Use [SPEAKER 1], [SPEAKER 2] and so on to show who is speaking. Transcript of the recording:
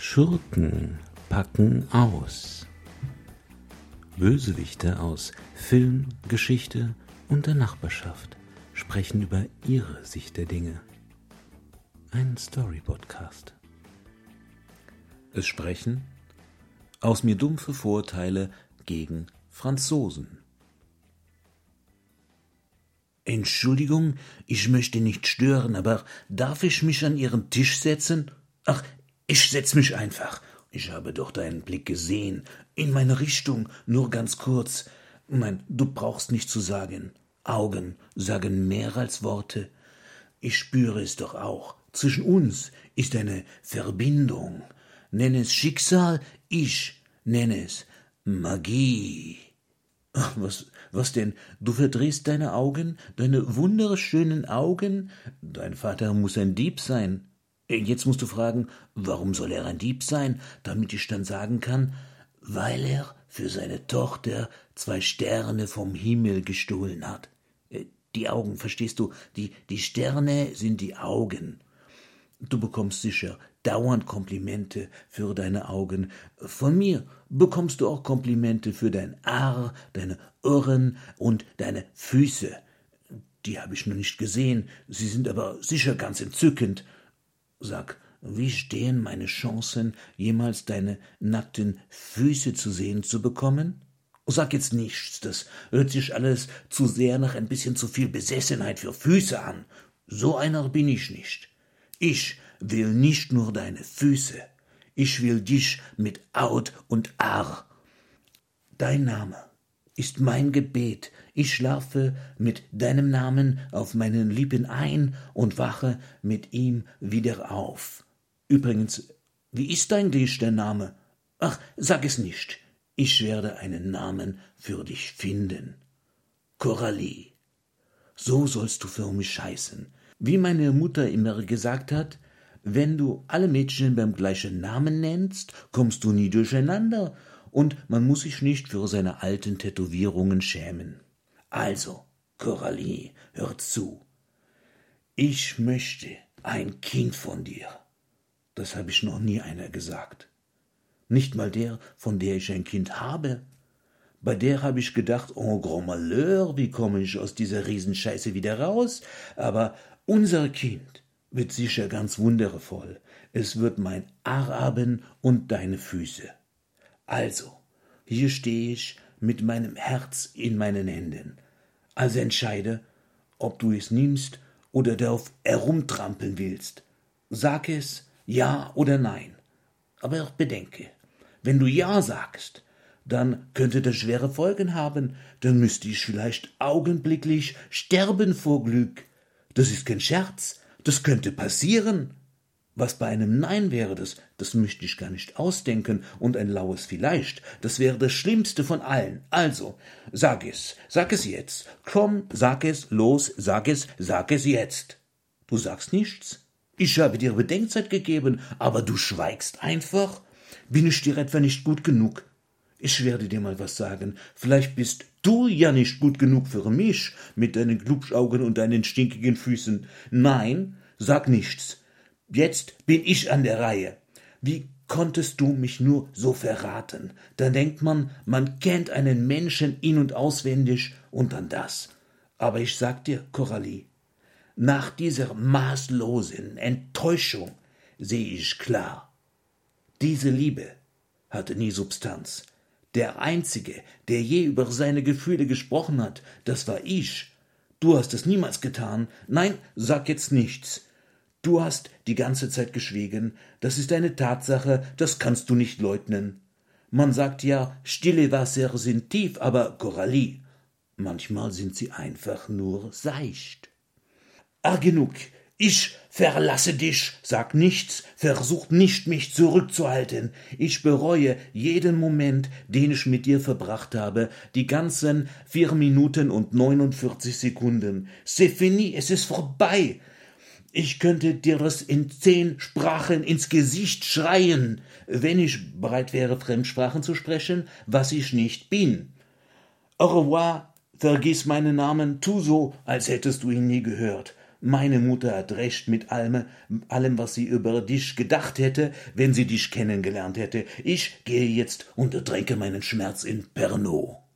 [SPEAKER 1] Schurken packen aus. Bösewichte aus Film, Geschichte und der Nachbarschaft sprechen über ihre Sicht der Dinge. Ein Story-Podcast. Es sprechen aus mir dumpfe Vorurteile gegen Franzosen.
[SPEAKER 2] Entschuldigung, ich möchte nicht stören, aber darf ich mich an Ihren Tisch setzen? Ach, ich setz mich einfach. Ich habe doch deinen Blick gesehen. In meine Richtung, nur ganz kurz. Nein, du brauchst nicht zu sagen. Augen sagen mehr als Worte. Ich spüre es doch auch. Zwischen uns ist eine Verbindung. Nenn es Schicksal, ich nenne es Magie. Ach, was denn? Du verdrehst deine Augen, deine wunderschönen Augen? Dein Vater muss ein Dieb sein. Jetzt musst du fragen, warum soll er ein Dieb sein, damit ich dann sagen kann, weil er für seine Tochter 2 Sterne vom Himmel gestohlen hat. Die Augen, verstehst du? Die Sterne sind die Augen. Du bekommst sicher dauernd Komplimente für deine Augen. Von mir bekommst du auch Komplimente für dein Haar, deine Ohren und deine Füße. Die habe ich noch nicht gesehen, sie sind aber sicher ganz entzückend. Sag, wie stehen meine Chancen, jemals deine nackten Füße zu sehen zu bekommen? Sag jetzt nichts, das hört sich alles zu sehr nach ein bisschen zu viel Besessenheit für Füße an. So einer bin ich nicht. Ich will nicht nur deine Füße, ich will dich mit Haut und Haar. Dein Name ist mein Gebet. Ich schlafe mit deinem Namen auf meinen Lippen ein und wache mit ihm wieder auf. Übrigens, wie ist eigentlich der Name? Ach, sag es nicht. Ich werde einen Namen für dich finden. Coralie. So sollst du für mich heißen. Wie meine Mutter immer gesagt hat, wenn du alle Mädchen beim gleichen Namen nennst, kommst du nie durcheinander. Und man muss sich nicht für seine alten Tätowierungen schämen. Also, Coralie, hör zu. Ich möchte ein Kind von dir. Das habe ich noch nie einer gesagt. Nicht mal der, von der ich ein Kind habe. Bei der habe ich gedacht, oh grand malheur, wie komme ich aus dieser Riesenscheiße wieder raus? Aber unser Kind wird sicher ganz wundervoll. Es wird mein Haar haben und deine Füße. Also, hier stehe ich mit meinem Herz in meinen Händen. Also entscheide, ob du es nimmst oder darauf herumtrampeln willst. Sag es, ja oder nein. Aber auch bedenke, wenn du ja sagst, dann könnte das schwere Folgen haben. Dann müsste ich vielleicht augenblicklich sterben vor Glück. Das ist kein Scherz, das könnte passieren. Was bei einem Nein wäre, das möchte ich gar nicht ausdenken, und ein laues Vielleicht, das wäre das Schlimmste von allen. Also, sag es jetzt. Komm, sag es, los, sag es jetzt. Du sagst nichts? Ich habe dir Bedenkzeit gegeben, aber du schweigst einfach? Bin ich dir etwa nicht gut genug? Ich werde dir mal was sagen. Vielleicht bist du ja nicht gut genug für mich, mit deinen Glubschaugen und deinen stinkigen Füßen. Nein, sag nichts. Jetzt bin ich an der Reihe. Wie konntest du mich nur so verraten? Da denkt man kennt einen Menschen in- und auswendig und dann das. Aber ich sag dir, Coralie, nach dieser maßlosen Enttäuschung sehe ich klar. Diese Liebe hatte nie Substanz. Der Einzige, der je über seine Gefühle gesprochen hat, das war ich. Du hast es niemals getan. Nein, sag jetzt nichts. Du hast die ganze Zeit geschwiegen, das ist eine Tatsache, das kannst du nicht leugnen. Man sagt ja, stille Wasser sind tief, aber Coralie, manchmal sind sie einfach nur seicht. Genug, ich verlasse dich, sag nichts, versuch nicht, mich zurückzuhalten. Ich bereue jeden Moment, den ich mit dir verbracht habe, die ganzen 4 Minuten und 49 Sekunden. C'est fini, es ist vorbei. Ich könnte dir das in 10 Sprachen ins Gesicht schreien, wenn ich bereit wäre, Fremdsprachen zu sprechen, was ich nicht bin. Au revoir, vergiss meinen Namen, tu so, als hättest du ihn nie gehört. Meine Mutter hat recht mit allem, was sie über dich gedacht hätte, wenn sie dich kennengelernt hätte. Ich gehe jetzt und ertränke meinen Schmerz in Pernod.